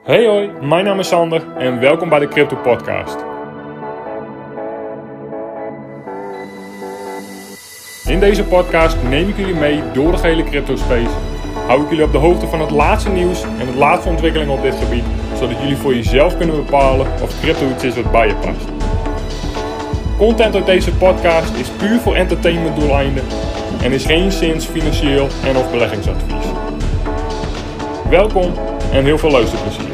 Hey hoi, mijn naam is Sander en welkom bij de Crypto Podcast. In deze podcast neem ik jullie mee door de gehele crypto space. Hou ik jullie op de hoogte van het laatste nieuws en de laatste ontwikkelingen op dit gebied, zodat jullie voor jezelf kunnen bepalen of crypto iets is wat bij je past. Content uit deze podcast is puur voor entertainment doeleinden en is geen sinds financieel en of beleggingsadvies. Welkom en heel veel luisterplezier.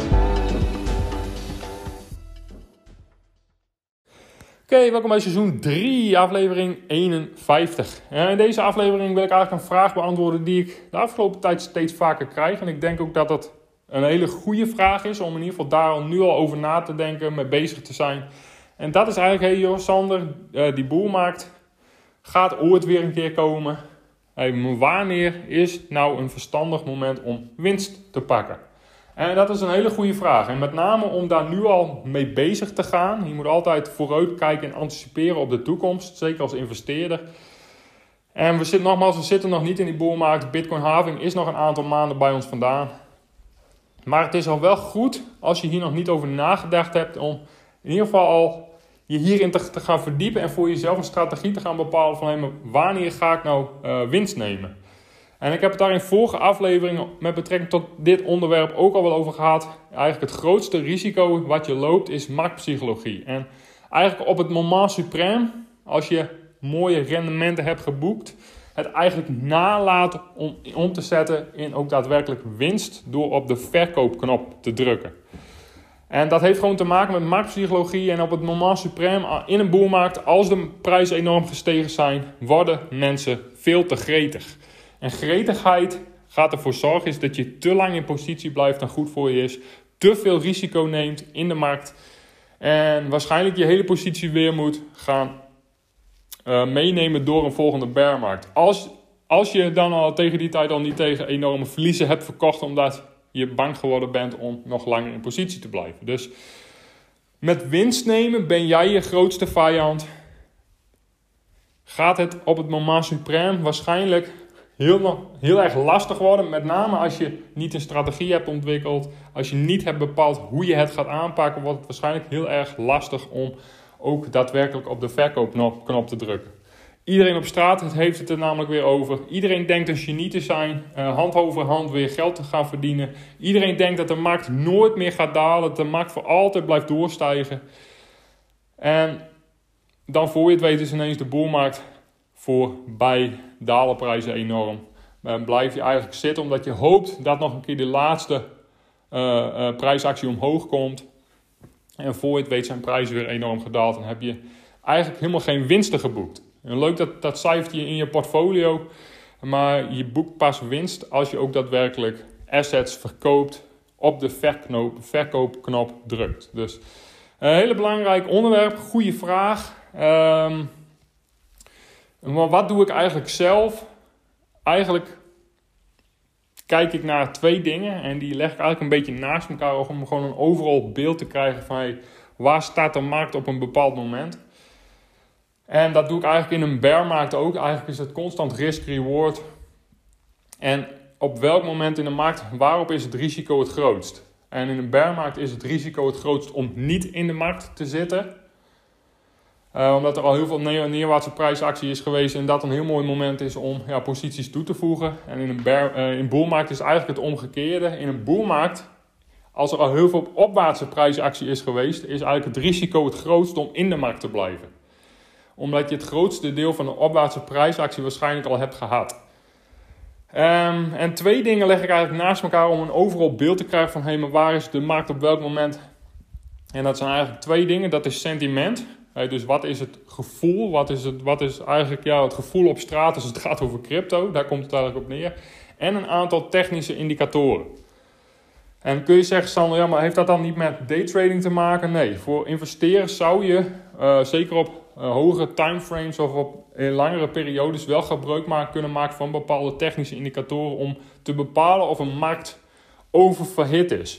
Oké, welkom bij seizoen 3, aflevering 51. In deze aflevering wil ik eigenlijk een vraag beantwoorden die ik de afgelopen tijd steeds vaker krijg. En ik denk ook dat dat een hele goede vraag is om in ieder geval daar nu al over na te denken, mee bezig te zijn. En dat is eigenlijk, hey joh Sander, die boelmarkt gaat ooit weer een keer komen. Wanneer is nou een verstandig moment om winst te pakken? En dat is een hele goede vraag. En met name om daar nu al mee bezig te gaan. Je moet altijd vooruit kijken en anticiperen op de toekomst. Zeker als investeerder. En we zitten nog niet in die boelmarkt. De Bitcoin halving is nog een aantal maanden bij ons vandaan. Maar het is al wel goed als je hier nog niet over nagedacht hebt. Om in ieder geval al je hierin te gaan verdiepen. En voor jezelf een strategie te gaan bepalen van wanneer ga ik nou winst nemen. En ik heb het daar in vorige afleveringen met betrekking tot dit onderwerp ook al wel over gehad. Eigenlijk het grootste risico wat je loopt is marktpsychologie. En eigenlijk op het moment suprême, als je mooie rendementen hebt geboekt, het eigenlijk nalaten om te zetten in ook daadwerkelijk winst door op de verkoopknop te drukken. En dat heeft gewoon te maken met marktpsychologie en op het moment suprême in een boelmarkt, als de prijzen enorm gestegen zijn, worden mensen veel te gretig. En gretigheid gaat ervoor zorgen dat je te lang in positie blijft dan goed voor je is. Te veel risico neemt in de markt. En waarschijnlijk je hele positie weer moet gaan meenemen door een volgende bearmarkt. Als je dan al tegen die tijd al niet tegen enorme verliezen hebt verkocht, omdat je bang geworden bent om nog langer in positie te blijven. Dus met winst nemen ben jij je grootste vijand. Gaat het op het moment suprême waarschijnlijk heel erg lastig worden. Met name als je niet een strategie hebt ontwikkeld. Als je niet hebt bepaald hoe je het gaat aanpakken, wordt het waarschijnlijk heel erg lastig om ook daadwerkelijk op de verkoopknop te drukken. Iedereen op straat heeft het er namelijk weer over. Iedereen denkt een genie te zijn. Hand over hand weer geld te gaan verdienen. Iedereen denkt dat de markt nooit meer gaat dalen. Dat de markt voor altijd blijft doorstijgen. En dan voor je het weet is ineens de boelmarkt voorbij, dalen prijzen enorm. Dan blijf je eigenlijk zitten omdat je hoopt dat nog een keer de laatste prijsactie omhoog komt. En voor je het weet zijn prijzen weer enorm gedaald. En heb je eigenlijk helemaal geen winsten geboekt. En leuk dat cijfert je in je portfolio. Maar je boekt pas winst als je ook daadwerkelijk assets verkoopt, op de verkoopknop drukt. Dus een hele belangrijk onderwerp, goede vraag. Maar wat doe ik eigenlijk zelf? Eigenlijk kijk ik naar twee dingen en die leg ik eigenlijk een beetje naast elkaar om gewoon een overal beeld te krijgen van waar staat de markt op een bepaald moment. En dat doe ik eigenlijk in een bearmarkt ook. Eigenlijk is het constant risk-reward. En op welk moment in de markt, waarop is het risico het grootst? En in een bearmarkt is het risico het grootst om niet in de markt te zitten. Omdat er al heel veel neerwaartse prijsactie is geweest en dat een heel mooi moment is om posities toe te voegen. En in een boelmarkt is eigenlijk het omgekeerde. In een boelmarkt, als er al heel veel opwaartse prijsactie is geweest, is eigenlijk het risico het grootst om in de markt te blijven. Omdat je het grootste deel van de opwaartse prijsactie waarschijnlijk al hebt gehad. En twee dingen leg ik eigenlijk naast elkaar om een overal beeld te krijgen van maar waar is de markt op welk moment. En dat zijn eigenlijk twee dingen. Dat is sentiment. Dus wat is het gevoel? Wat is eigenlijk het gevoel op straat als het gaat over crypto? Daar komt het eigenlijk op neer. En een aantal technische indicatoren. En kun je zeggen, Sander, maar heeft dat dan niet met daytrading te maken? Nee, voor investeerders zou je zeker op hogere timeframes of op langere periodes wel gebruik kunnen maken van bepaalde technische indicatoren om te bepalen of een markt oververhit is.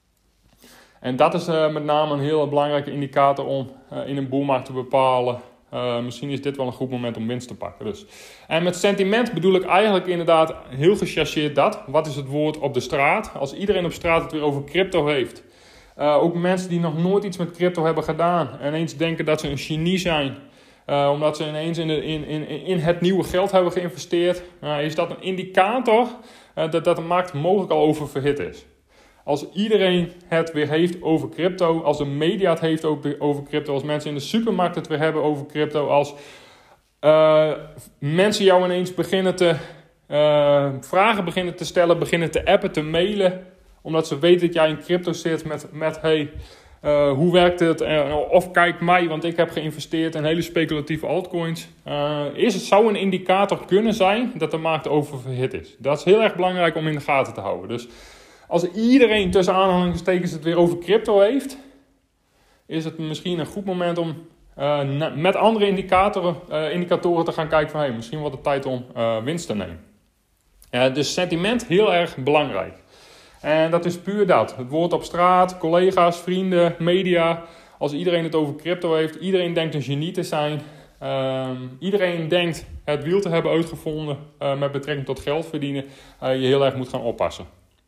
En dat is met name een heel belangrijke indicator om in een boelmarkt te bepalen Misschien is dit wel een goed moment om winst te pakken. Dus. En met sentiment bedoel ik eigenlijk inderdaad heel gechargeerd dat. Wat is het woord op de straat? Als iedereen op straat het weer over crypto heeft. Ook mensen die nog nooit iets met crypto hebben gedaan. En ineens denken dat ze een genie zijn. Omdat ze ineens in het nieuwe geld hebben geïnvesteerd. Is dat een indicator dat de markt mogelijk al oververhit is. Als iedereen het weer heeft over crypto, als de media het heeft over crypto, als mensen in de supermarkt het weer hebben over crypto, als mensen jou ineens beginnen te vragen beginnen te stellen, beginnen te appen, te mailen, omdat ze weten dat jij in crypto zit met hey, hoe werkt het? Of kijk mij, want ik heb geïnvesteerd in hele speculatieve altcoins. Zou een indicator kunnen zijn dat de markt oververhit is. Dat is heel erg belangrijk om in de gaten te houden. Dus als iedereen tussen aanhalingstekens het weer over crypto heeft, is het misschien een goed moment om met andere indicatoren te gaan kijken van hey, misschien wordt het tijd om winst te nemen. Dus sentiment heel erg belangrijk. En dat is puur dat. Het woord op straat, collega's, vrienden, media. Als iedereen het over crypto heeft, iedereen denkt een genie te zijn. Iedereen denkt het wiel te hebben uitgevonden met betrekking tot geld verdienen. Je heel erg moet gaan oppassen.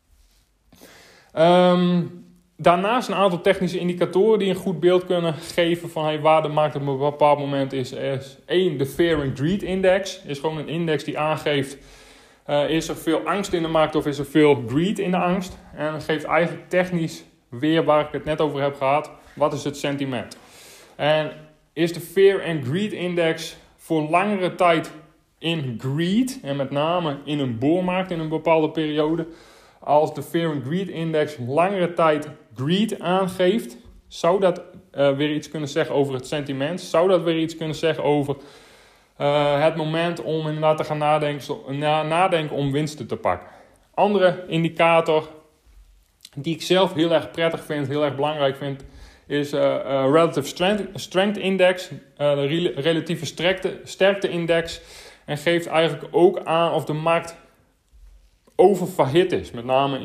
Daarnaast een aantal technische indicatoren die een goed beeld kunnen geven van hey, waar de markt op een bepaald moment is. Is 1, de Fear and Greed Index. Is gewoon een index die aangeeft, is er veel angst in de markt of is er veel greed in de angst. En geeft eigenlijk technisch weer waar ik het net over heb gehad. Wat is het sentiment? En is de Fear and Greed Index voor langere tijd in greed, en met name in een boelmarkt in een bepaalde periode. Als de Fear and Greed Index langere tijd greed aangeeft, zou dat weer iets kunnen zeggen over het sentiment. Zou dat weer iets kunnen zeggen over het moment om inderdaad te gaan nadenken om winsten te pakken. Andere indicator die ik zelf heel erg prettig vind, heel erg belangrijk vind, is Relative Strength Index, de relatieve sterkte index. En geeft eigenlijk ook aan of de markt oververhit is, met name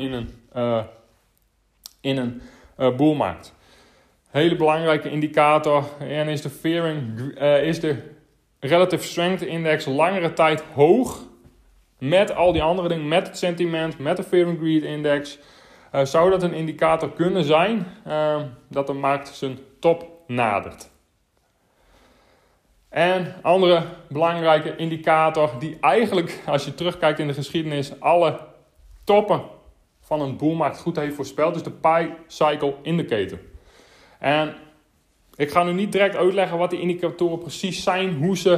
in een boelmarkt. Hele belangrijke indicator. En is de Relative Strength Index langere tijd hoog, met al die andere dingen, met het sentiment, met de Fear and Greed Index, zou dat een indicator kunnen zijn dat de markt zijn top nadert. En andere belangrijke indicator die eigenlijk, als je terugkijkt in de geschiedenis, alle toppen van een boelmarkt goed heeft voorspeld, is de Pi Cycle Indicator. En ik ga nu niet direct uitleggen wat die indicatoren precies zijn,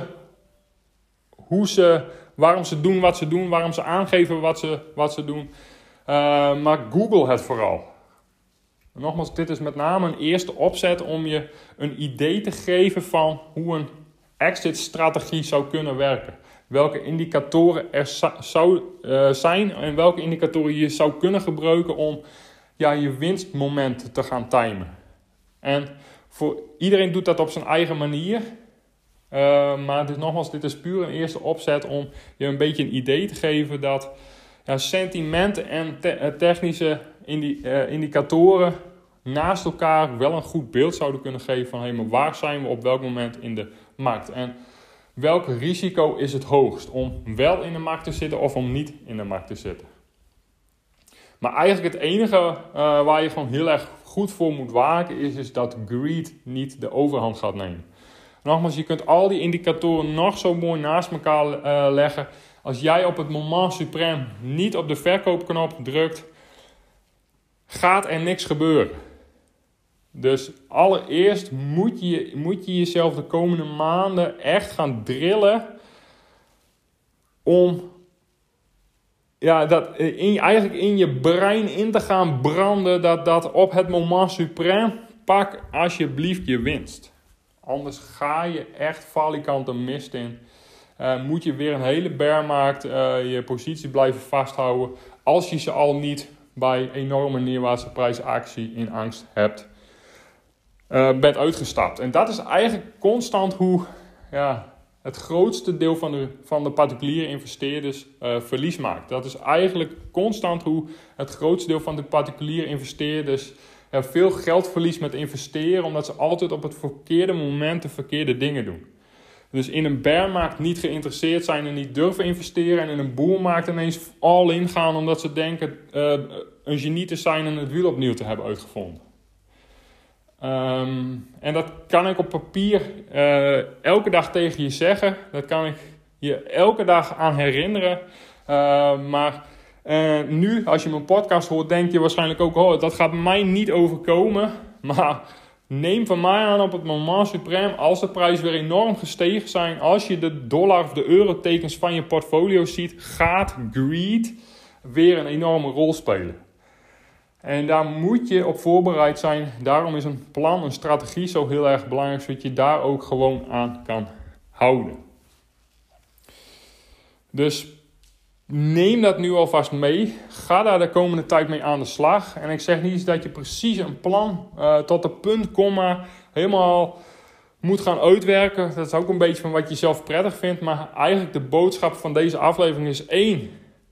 waarom ze doen wat ze doen, waarom ze aangeven wat ze doen. Maar Google het vooral. Nogmaals, dit is met name een eerste opzet om je een idee te geven van hoe een exit-strategie zou kunnen werken. Welke indicatoren er zou zijn en welke indicatoren je zou kunnen gebruiken om je winstmoment te gaan timen. En voor iedereen doet dat op zijn eigen manier. Maar dit is puur een eerste opzet om je een beetje een idee te geven dat sentimenten en technische indicatoren naast elkaar wel een goed beeld zouden kunnen geven van maar waar zijn we op welk moment in de markt. En welk risico is het hoogst om wel in de markt te zitten of om niet in de markt te zitten. Maar eigenlijk het enige waar je gewoon heel erg goed voor moet waken is dat greed niet de overhand gaat nemen. Nogmaals, je kunt al die indicatoren nog zo mooi naast elkaar leggen. Als jij op het moment suprême niet op de verkoopknop drukt, gaat er niks gebeuren. Dus allereerst moet je jezelf de komende maanden echt gaan drillen om eigenlijk in je brein in te gaan branden dat op het moment suprême pak alsjeblieft je winst. Anders ga je echt falikant de mist in. Moet je weer een hele bearmarkt je positie blijven vasthouden als je ze al niet bij enorme neerwaartse prijsactie in angst bent uitgestapt. En dat is eigenlijk constant hoe het grootste deel van de particuliere investeerders verlies maakt. Dat is eigenlijk constant hoe het grootste deel van de particuliere investeerders veel geld verliest met investeren, omdat ze altijd op het verkeerde moment de verkeerde dingen doen. Dus in een bearmarkt niet geïnteresseerd zijn en niet durven investeren. En in een bullmarkt ineens all in gaan omdat ze denken een genie te zijn en het wiel opnieuw te hebben uitgevonden. En dat kan ik op papier elke dag tegen je zeggen. Dat kan ik je elke dag aan herinneren. Maar nu, als je mijn podcast hoort, denk je waarschijnlijk ook... dat gaat mij niet overkomen. Maar neem van mij aan op het moment suprême, als de prijzen weer enorm gestegen zijn... als je de dollar of de euro tekens van je portfolio ziet... gaat greed weer een enorme rol spelen. En daar moet je op voorbereid zijn. Daarom is een plan, een strategie zo heel erg belangrijk... zodat je daar ook gewoon aan kan houden. Dus neem dat nu alvast mee. Ga daar de komende tijd mee aan de slag. En ik zeg niet dat je precies een plan tot de punt, komma, helemaal moet gaan uitwerken. Dat is ook een beetje van wat je zelf prettig vindt. Maar eigenlijk de boodschap van deze aflevering is 1.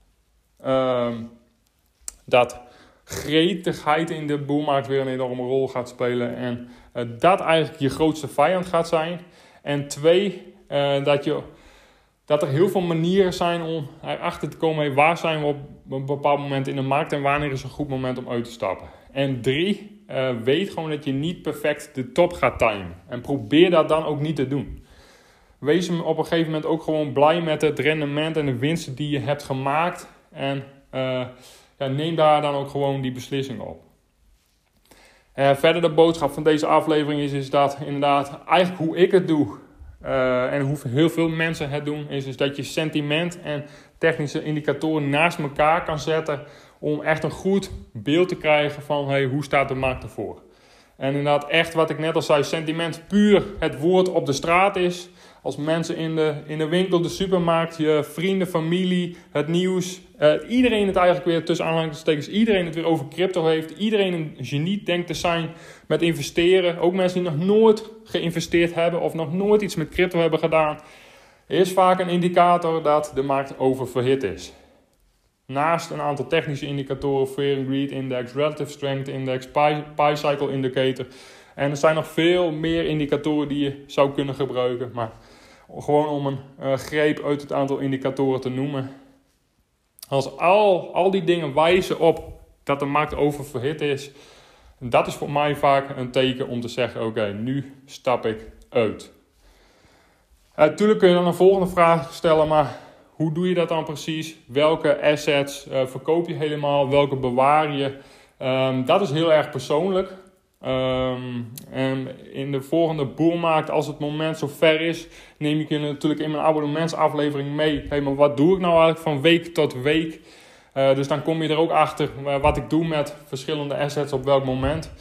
Dat gretigheid in de boelmarkt weer een enorme rol gaat spelen. En dat eigenlijk je grootste vijand gaat zijn. En 2, dat er heel veel manieren zijn om erachter te komen... Hey, waar zijn we op een bepaald moment in de markt en wanneer is een goed moment om uit te stappen. En 3, weet gewoon dat je niet perfect de top gaat timen. En probeer dat dan ook niet te doen. Wees op een gegeven moment ook gewoon blij met het rendement en de winsten die je hebt gemaakt. En neem daar dan ook gewoon die beslissing op. Verder de boodschap van deze aflevering is dat inderdaad eigenlijk hoe ik het doe... en hoe heel veel mensen het doen, is dat je sentiment en technische indicatoren naast elkaar kan zetten om echt een goed beeld te krijgen van hoe staat de markt ervoor. En inderdaad echt wat ik net al zei, sentiment puur het woord op de straat is. Als mensen in de winkel, de supermarkt, je vrienden, familie, het nieuws, iedereen het eigenlijk weer tussen aanhalingstekens, iedereen het weer over crypto heeft, iedereen een genie denkt te zijn met investeren, ook mensen die nog nooit geïnvesteerd hebben of nog nooit iets met crypto hebben gedaan, is vaak een indicator dat de markt oververhit is. Naast een aantal technische indicatoren, Fear and Greed Index, Relative Strength Index, Pi Cycle Indicator. En er zijn nog veel meer indicatoren die je zou kunnen gebruiken. Maar gewoon om een greep uit het aantal indicatoren te noemen. Als al die dingen wijzen op dat de markt oververhit is, dat is voor mij vaak een teken om te zeggen, oké, nu stap ik uit. Natuurlijk kun je dan een volgende vraag stellen, maar hoe doe je dat dan precies? Welke assets verkoop je helemaal? Welke bewaar je? Dat is heel erg persoonlijk. En in de volgende boelmarkt, als het moment zo ver is, neem ik je natuurlijk in mijn abonnementsaflevering mee. Hey, maar wat doe ik nou eigenlijk van week tot week? Dus dan kom je er ook achter wat ik doe met verschillende assets op welk moment.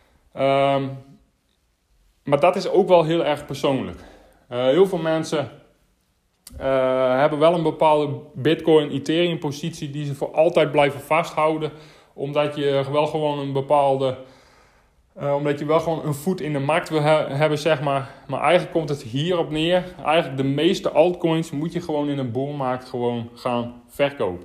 Maar dat is ook wel heel erg persoonlijk. Heel veel mensen hebben wel een bepaalde Bitcoin, Ethereum positie die ze voor altijd blijven vasthouden. Omdat je wel gewoon omdat je wel gewoon een voet in de markt wil hebben, zeg maar. Maar eigenlijk komt het hierop neer. Eigenlijk de meeste altcoins moet je gewoon in een bullmarkt gewoon gaan verkopen.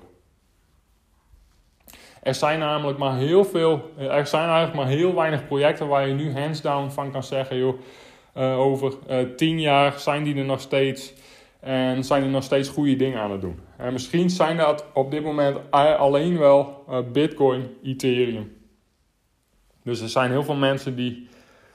Er zijn eigenlijk maar heel weinig projecten waar je nu hands down van kan zeggen, joh, over 10 jaar zijn die er nog steeds en zijn die nog steeds goede dingen aan het doen. En misschien zijn dat op dit moment alleen wel Bitcoin, Ethereum. Dus er zijn heel veel mensen die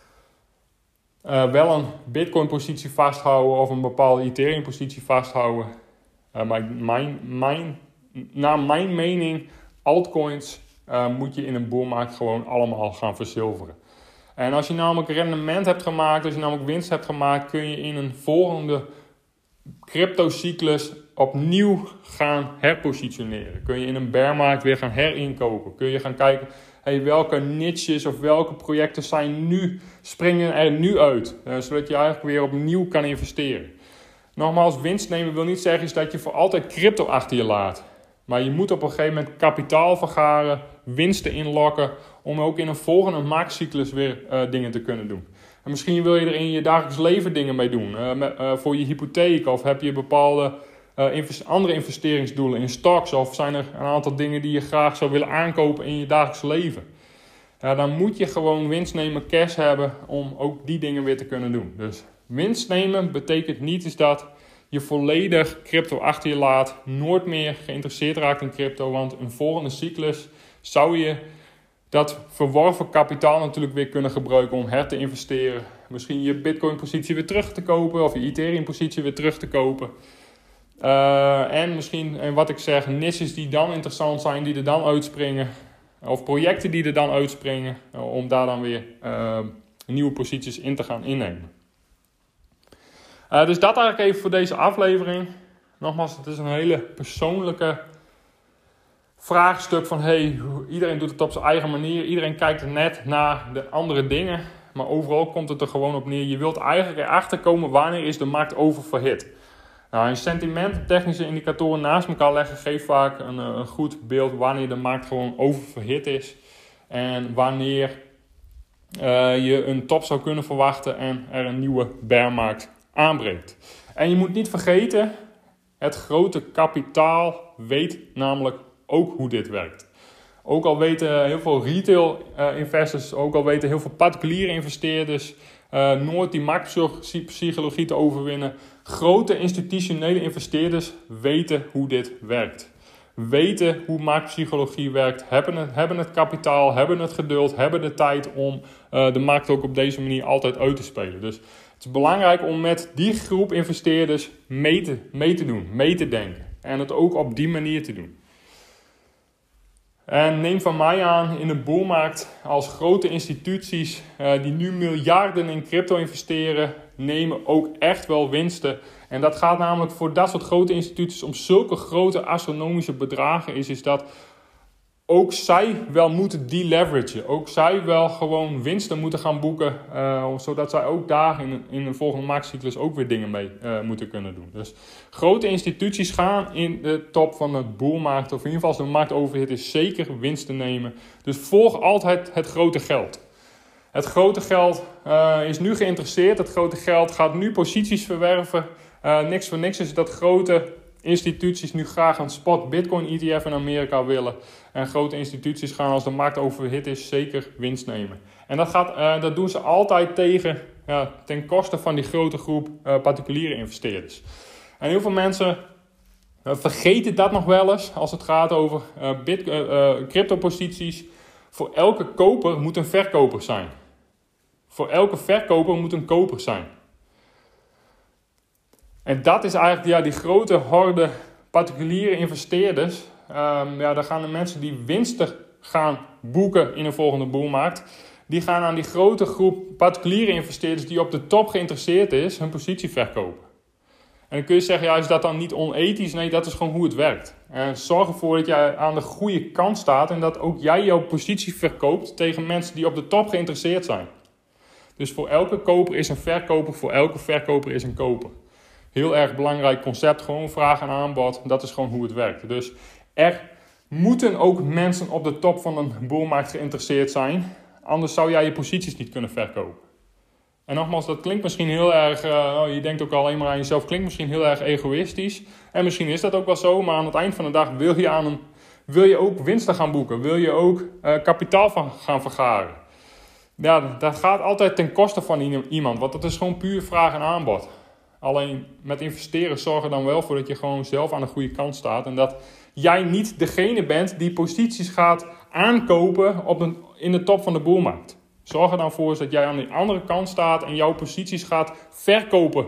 wel een Bitcoin positie vasthouden of een bepaalde Ethereum positie vasthouden. Maar naar mijn mening, altcoins moet je in een bullmarkt gewoon allemaal gaan verzilveren. En als je namelijk rendement hebt gemaakt, als je namelijk winst hebt gemaakt, kun je in een volgende cryptocyclus opnieuw gaan herpositioneren. Kun je in een bearmarkt weer gaan herinkopen. Kun je gaan kijken, welke niches of welke projecten springen er nu uit. Zodat je eigenlijk weer opnieuw kan investeren. Nogmaals, winst nemen wil niet zeggen dat je voor altijd crypto achter je laat. Maar je moet op een gegeven moment kapitaal vergaren, winsten inlokken, om ook in een volgende marktcyclus weer dingen te kunnen doen. En misschien wil je er in je dagelijks leven dingen mee doen. Voor je hypotheek, of heb je bepaalde andere investeringsdoelen in stocks, of zijn er een aantal dingen die je graag zou willen aankopen in je dagelijks leven. Ja, dan moet je gewoon winst nemen, cash hebben om ook die dingen weer te kunnen doen. Dus Winst nemen betekent niet is dat je volledig crypto achter je laat, nooit meer geïnteresseerd raakt in crypto, want een volgende cyclus zou je dat verworven kapitaal natuurlijk weer kunnen gebruiken om her te investeren. Misschien je Bitcoin positie weer terug te kopen of je Ethereum positie weer terug te kopen. En misschien, en wat ik zeg, niches die dan interessant zijn, die er dan uitspringen. Of projecten die er dan uitspringen, om daar dan weer nieuwe posities in te gaan innemen. Dus dat eigenlijk even voor deze aflevering. Nogmaals, het is een hele persoonlijke vraagstuk van iedereen doet het op zijn eigen manier. Iedereen kijkt er net naar de andere dingen. Maar overal komt het er gewoon op neer. Je wilt eigenlijk erachter komen wanneer is de markt oververhit. Nou, een sentiment, technische indicatoren naast elkaar leggen geeft vaak een goed beeld wanneer de markt gewoon oververhit is. En wanneer je een top zou kunnen verwachten en er een nieuwe bearmarkt aanbreekt. En je moet niet vergeten, het grote kapitaal weet namelijk ook hoe dit werkt. Ook al weten heel veel retail investors, ook al weten heel veel particuliere investeerders nooit die marktpsychologie te overwinnen. Grote institutionele investeerders weten hoe dit werkt. Weten hoe marktpsychologie werkt, hebben het kapitaal, hebben het geduld, hebben de tijd om de markt ook op deze manier altijd uit te spelen. Dus het is belangrijk om met die groep investeerders mee te doen, mee te denken. En het ook op die manier te doen. En neem van mij aan, in de boelmarkt als grote instituties die nu miljarden in crypto investeren, nemen ook echt wel winsten. En dat gaat namelijk voor dat soort grote instituties om zulke grote astronomische bedragen is dat ook zij wel moeten deleveragen. Ook zij wel gewoon winsten moeten gaan boeken, zodat zij ook daar in een volgende marktcyclus ook weer dingen mee moeten kunnen doen. Dus grote instituties gaan in de top van de boelmarkt, of in ieder geval als de markt overhit is, zeker winsten nemen. Dus volg altijd het grote geld. Het grote geld is nu geïnteresseerd. Het grote geld gaat nu posities verwerven. Niks voor niks is dat grote instituties nu graag een spot Bitcoin ETF in Amerika willen. En grote instituties gaan als de markt overhit is zeker winst nemen. En dat doen ze altijd ten koste van die grote groep particuliere investeerders. En heel veel mensen vergeten dat nog wel eens als het gaat over crypto posities. Voor elke koper moet een verkoper zijn. Voor elke verkoper moet een koper zijn. En dat is eigenlijk die grote horde particuliere investeerders. Daar gaan de mensen die winsten gaan boeken in een volgende boelmarkt. Die gaan aan die grote groep particuliere investeerders die op de top geïnteresseerd is, hun positie verkopen. En dan kun je zeggen, is dat dan niet onethisch? Nee, dat is gewoon hoe het werkt. En zorg ervoor dat jij aan de goede kant staat en dat ook jij jouw positie verkoopt tegen mensen die op de top geïnteresseerd zijn. Dus voor elke koper is een verkoper, voor elke verkoper is een koper. Heel erg belangrijk concept, gewoon vraag en aanbod. Dat is gewoon hoe het werkt. Dus er moeten ook mensen op de top van een boelmarkt geïnteresseerd zijn. Anders zou jij je posities niet kunnen verkopen. En nogmaals, dat klinkt misschien heel erg, je denkt ook alleen maar aan jezelf, klinkt misschien heel erg egoïstisch. En misschien is dat ook wel zo, maar aan het eind van de dag wil je ook winsten gaan boeken. Wil je ook kapitaal gaan vergaren. Ja, dat gaat altijd ten koste van iemand, want dat is gewoon puur vraag en aanbod. Alleen met investeren zorg er dan wel voor dat je gewoon zelf aan de goede kant staat. En dat jij niet degene bent die posities gaat aankopen in de top van de boelmarkt. Zorg er dan voor dat jij aan de andere kant staat en jouw posities gaat verkopen,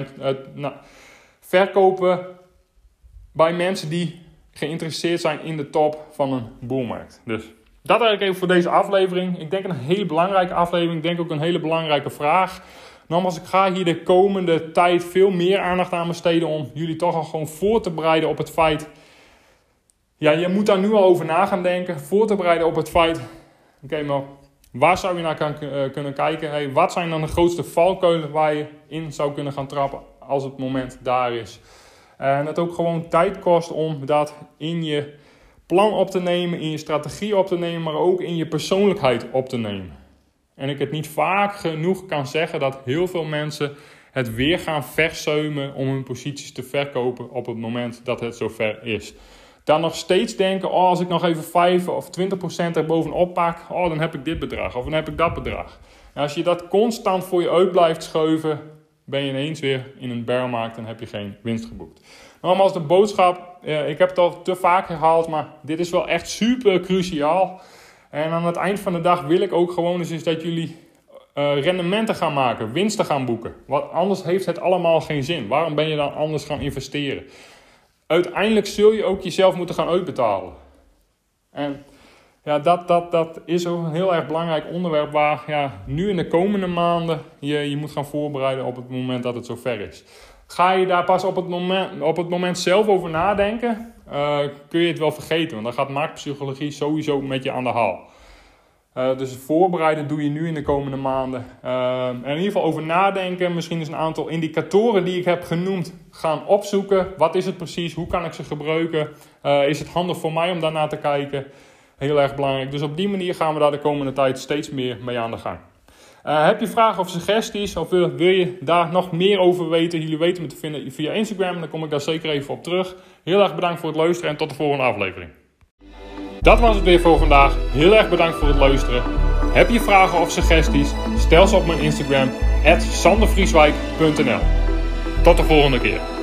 verkopen bij mensen die geïnteresseerd zijn in de top van een boelmarkt. Dus dat eigenlijk even voor deze aflevering. Ik denk een hele belangrijke aflevering. Ik denk ook een hele belangrijke vraag. Nogmaals, ik ga hier de komende tijd veel meer aandacht aan besteden om jullie toch al gewoon voor te bereiden op het feit. Ja, je moet daar nu al over na gaan denken. Voor te bereiden op het feit. Oké, maar waar zou je naar kunnen kijken? Wat zijn dan de grootste valkuilen waar je in zou kunnen gaan trappen als het moment daar is? En het ook gewoon tijd kost om dat in je plan op te nemen, in je strategie op te nemen, maar ook in je persoonlijkheid op te nemen. En ik het niet vaak genoeg kan zeggen dat heel veel mensen het weer gaan verseumen om hun posities te verkopen op het moment dat het zover is. Dan nog steeds denken, als ik nog even 5 of 20% erbovenop pak, dan heb ik dit bedrag of dan heb ik dat bedrag. En als je dat constant voor je uit blijft schuiven, ben je ineens weer in een bearmarkt en heb je geen winst geboekt. Nogmaals, de boodschap, ik heb het al te vaak herhaald, maar dit is wel echt super cruciaal. En aan het eind van de dag wil ik ook gewoon eens dat jullie rendementen gaan maken, winsten gaan boeken. Want anders heeft het allemaal geen zin. Waarom ben je dan anders gaan investeren? Uiteindelijk zul je ook jezelf moeten gaan uitbetalen. En ja, dat is ook een heel erg belangrijk onderwerp waar nu in de komende maanden je moet gaan voorbereiden op het moment dat het zover is. Ga je daar pas op het moment zelf over nadenken, kun je het wel vergeten. Want dan gaat marktpsychologie sowieso met je aan de haal. Dus voorbereiden doe je nu in de komende maanden. En in ieder geval over nadenken. Misschien eens een aantal indicatoren die ik heb genoemd gaan opzoeken. Wat is het precies? Hoe kan ik ze gebruiken? Is het handig voor mij om daarnaar te kijken? Heel erg belangrijk. Dus op die manier gaan we daar de komende tijd steeds meer mee aan de gang. Heb je vragen of suggesties? Of wil je daar nog meer over weten? Jullie weten me te vinden via Instagram. Dan kom ik daar zeker even op terug. Heel erg bedankt voor het luisteren en tot de volgende aflevering. Dat was het weer voor vandaag. Heel erg bedankt voor het luisteren. Heb je vragen of suggesties? Stel ze op mijn Instagram @sandervrieswijk.nl. Tot de volgende keer.